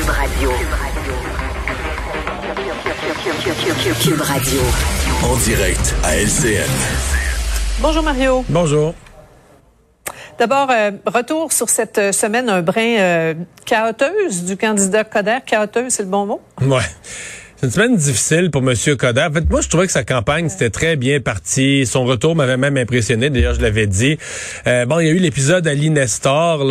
Radio. Cube Radio. En direct à LCN. Bonjour Mario. Bonjour. D'abord, retour sur cette semaine un brin chaoteuse du candidat Coderre. Chaoteuse, c'est le bon mot? Ouais. C'est une semaine difficile pour M. Coderre. En fait, moi, je trouvais que sa campagne, c'était très bien parti. Son retour m'avait même impressionné. D'ailleurs, je l'avais dit. Il y a eu l'épisode Ali Nestor,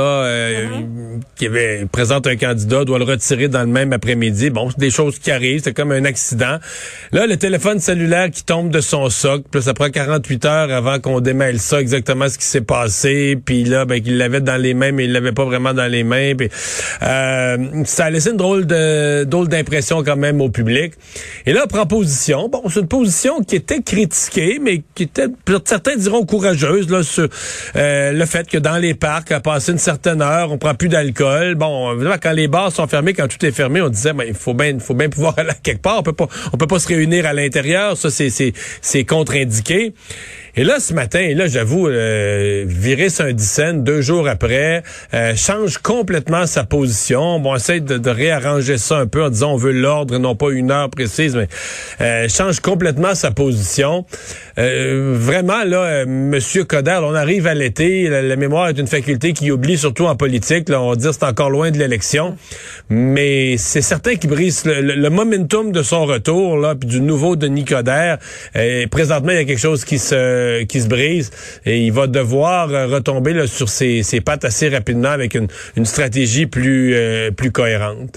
qui présente un candidat, doit le retirer dans le même après-midi. Bon, c'est des choses qui arrivent. C'est comme un accident. Là, le téléphone cellulaire qui tombe de son socle. Puis ça prend 48 heures avant qu'on démêle ça, exactement ce qui s'est passé. Puis là, qu'il l'avait dans les mains, mais il l'avait pas vraiment dans les mains. Puis, ça a laissé une drôle d'impression quand même au public. Et là, on prend position. Bon, c'est une position qui était critiquée, mais qui était, certains diront courageuse, là, sur le fait que dans les parcs, à passer une certaine heure, on prend plus d'alcool. Bon, évidemment, quand les bars sont fermés, quand tout est fermé, on disait, il faut bien pouvoir aller quelque part. On peut pas se réunir à l'intérieur. Ça, c'est contre-indiqué. Et là, ce matin, j'avoue, virer Saint-Dicenne 2 jours après, change complètement sa position. Bon, on essaie de réarranger ça un peu en disant on veut l'ordre et non pas une heure précise, mais change complètement sa position. Vraiment, là, Monsieur Coderre, on arrive à l'été, la mémoire est une faculté qui oublie, surtout en politique. Là, on va dire c'est encore loin de l'élection, mais c'est certain qu'il brise le momentum de son retour, là, puis du nouveau Denis Coderre. Présentement, il y a quelque chose qui se brise et il va devoir retomber là, sur ses pattes assez rapidement avec une stratégie plus cohérente.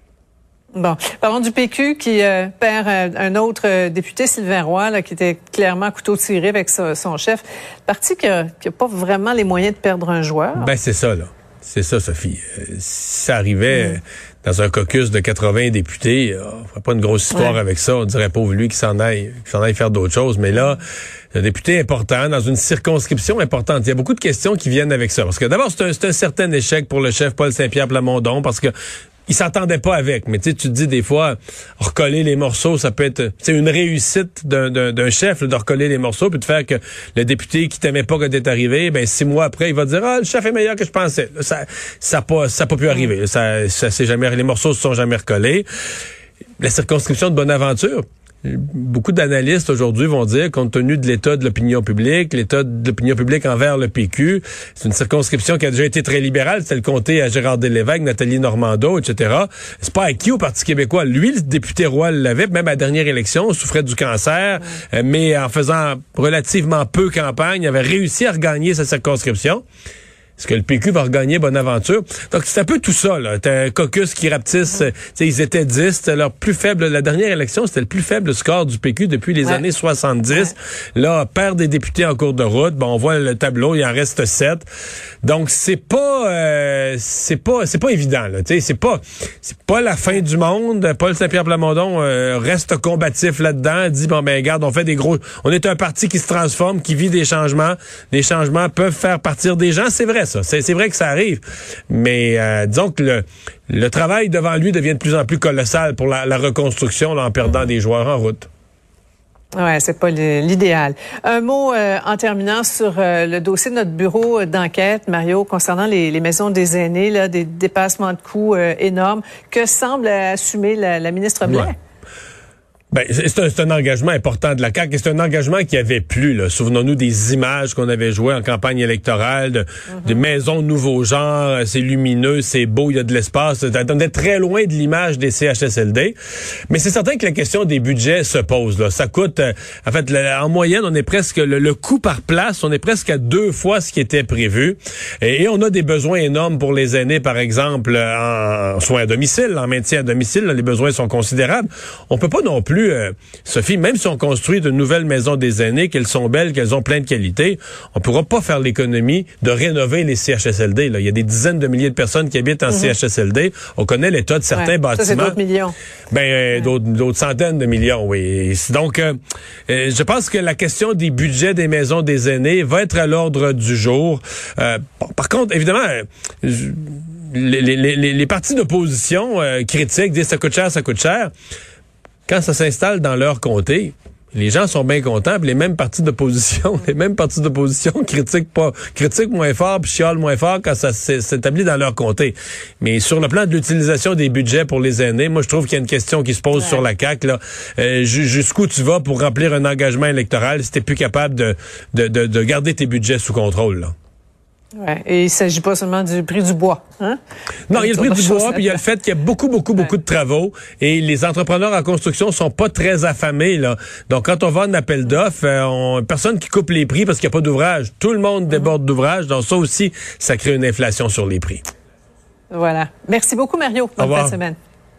Bon, parlons du PQ qui perd un autre député, Sylvain Roy, là, qui était clairement couteau tiré avec son chef. Parti qui a pas vraiment les moyens de perdre un joueur. Ben c'est ça, là. C'est ça, Sophie. Si ça arrivait dans un caucus de 80 députés, on ferait pas une grosse histoire avec ça. On dirait pauvre lui qui s'en aille faire d'autres choses. Mais là, un député important dans une circonscription importante. Il y a beaucoup de questions qui viennent avec ça. Parce que d'abord, c'est un certain échec pour le chef Paul Saint-Pierre Plamondon parce que il s'entendait pas avec. Mais tu te dis des fois, recoller les morceaux, ça peut être une réussite d'un chef de recoller les morceaux puis de faire que le député qui t'aimait pas quand t'es arrivé, 6 mois après, il va dire le chef est meilleur que je pensais. Là, ça a pas pu arriver. Ça s'est jamais, les morceaux se sont jamais recollés. La circonscription de Bonaventure. Beaucoup d'analystes aujourd'hui vont dire, compte tenu de l'état de l'opinion publique, envers le PQ, c'est une circonscription qui a déjà été très libérale, c'était le comté à Gérard Delévesque, Nathalie Normando, etc. C'est pas acquis au Parti québécois. Lui, le député Roy l'avait, même à la dernière élection, souffrait du cancer, mais en faisant relativement peu campagne, avait réussi à regagner sa circonscription. Est-ce que le PQ va regagner Bonaventure? Donc, c'est un peu tout ça, là. T'as un caucus qui rapetisse, ils étaient 10, c'était leur plus faible, la dernière élection, c'était le plus faible score du PQ depuis les années 70. Ouais. Là, perd des députés en cours de route. Bon, on voit le tableau, il en reste 7. Donc, c'est pas évident, là. C'est pas la fin du monde. Paul Saint-Pierre Plamondon reste combatif là-dedans, dit, regarde, on est un parti qui se transforme, qui vit des changements. Les changements peuvent faire partir des gens. C'est vrai, ça. C'est vrai que ça arrive. Mais disons que le travail devant lui devient de plus en plus colossal pour la reconstruction là, en perdant des joueurs en route. Ouais, c'est pas l'idéal. Un mot en terminant sur le dossier de notre bureau d'enquête, Mario, concernant les maisons des aînés, là, des dépassements de coûts énormes. Que semble assumer la ministre Blais? Ouais. C'est un engagement important de la CAQ et c'est un engagement qui avait plu, là. Souvenons-nous des images qu'on avait jouées en campagne électorale de maisons de nouveaux genres, c'est lumineux, c'est beau, il y a de l'espace. On est très loin de l'image des CHSLD. Mais c'est certain que la question des budgets se pose, là. Ça coûte, en moyenne, on est presque, le coût par place, on est presque à 2 fois ce qui était prévu. Et on a des besoins énormes pour les aînés, par exemple, en soins à domicile, en maintien à domicile, là, les besoins sont considérables. On peut pas non plus Sophie, même si on construit de nouvelles maisons des aînés, qu'elles sont belles, qu'elles ont plein de qualités, on pourra pas faire l'économie de rénover les CHSLD. Là. Il y a des dizaines de milliers de personnes qui habitent en CHSLD. On connaît l'état de certains bâtiments. Ça, c'est d'autres millions. D'autres centaines de millions, oui. Donc, je pense que la question des budgets des maisons des aînés va être à l'ordre du jour. Par contre, évidemment, les partis d'opposition critiquent, disent ça coûte cher. Quand ça s'installe dans leur comté, Les gens sont bien contents, puis les mêmes partis d'opposition critiquent moins fort, puis chialent moins fort quand ça s'établit dans leur comté. Mais sur le plan de l'utilisation des budgets pour les aînés, moi je trouve qu'il y a une question qui se pose sur la CAQ, là. Jusqu'où tu vas pour remplir un engagement électoral si t'es plus capable de garder tes budgets sous contrôle, là? Ouais, et il s'agit pas seulement du prix du bois, hein? Non, il y a le prix du bois, puis il y a le fait qu'il y a beaucoup de travaux, et les entrepreneurs en construction sont pas très affamés, là. Donc, quand on va en appel d'offres, personne qui coupe les prix parce qu'il n'y a pas d'ouvrage. Tout le monde déborde d'ouvrage, donc ça aussi, ça crée une inflation sur les prix. Voilà. Merci beaucoup, Mario. Bonne fin de semaine.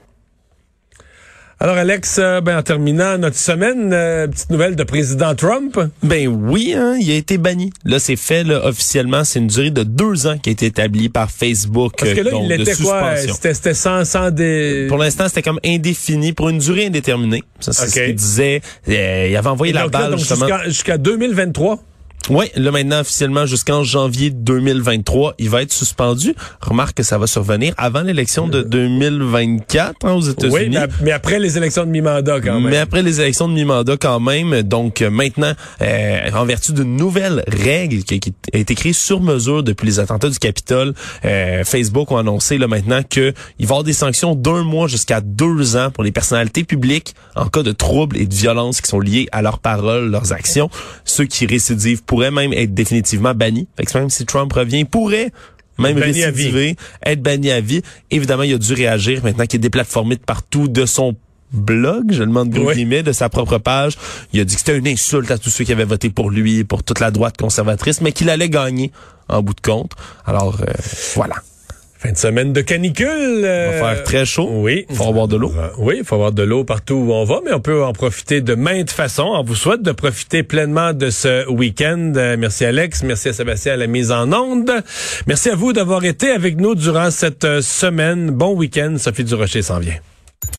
Alors Alex, en terminant notre semaine, petite nouvelle de président Trump. Ben oui, hein, il a été banni. Là, c'est fait là, officiellement. C'est une durée de 2 ans qui a été établie par Facebook. Parce que là, donc, il était quoi? C'était sans des... Pour l'instant, c'était comme indéfini pour une durée indéterminée. Ça, c'est ce qu'il disait. Il avait envoyé la balle justement. Jusqu'à 2023? Oui, là maintenant officiellement jusqu'en janvier 2023, il va être suspendu. Remarque que ça va survenir avant l'élection de 2024 aux États-Unis. Oui, mais après les élections de mi-mandat quand même. Mais après les élections de mi-mandat quand même. Donc maintenant, en vertu d'une nouvelle règle qui a été créée sur mesure depuis les attentats du Capitole, Facebook a annoncé là maintenant que il va y avoir des sanctions d'1 mois jusqu'à 2 ans pour les personnalités publiques en cas de troubles et de violences qui sont liés à leurs paroles, leurs actions. Ceux qui récidivent pourrait même être définitivement banni. Fait que même si Trump revient, il pourrait même récidiver, être banni à vie. Évidemment, il a dû réagir maintenant qu'il est déplatformé de partout de son blog, je le demande gros guillemets, de sa propre page. Il a dit que c'était une insulte à tous ceux qui avaient voté pour lui, pour toute la droite conservatrice, mais qu'il allait gagner en bout de compte. Alors, voilà. Fin de semaine de canicule. Il va faire très chaud. Oui. Il faut avoir de l'eau. Oui, il faut avoir de l'eau partout où on va, mais on peut en profiter de maintes façons. On vous souhaite de profiter pleinement de ce week-end. Merci Alex, merci à Sébastien à la mise en onde. Merci à vous d'avoir été avec nous durant cette semaine. Bon week-end. Sophie Durocher s'en vient.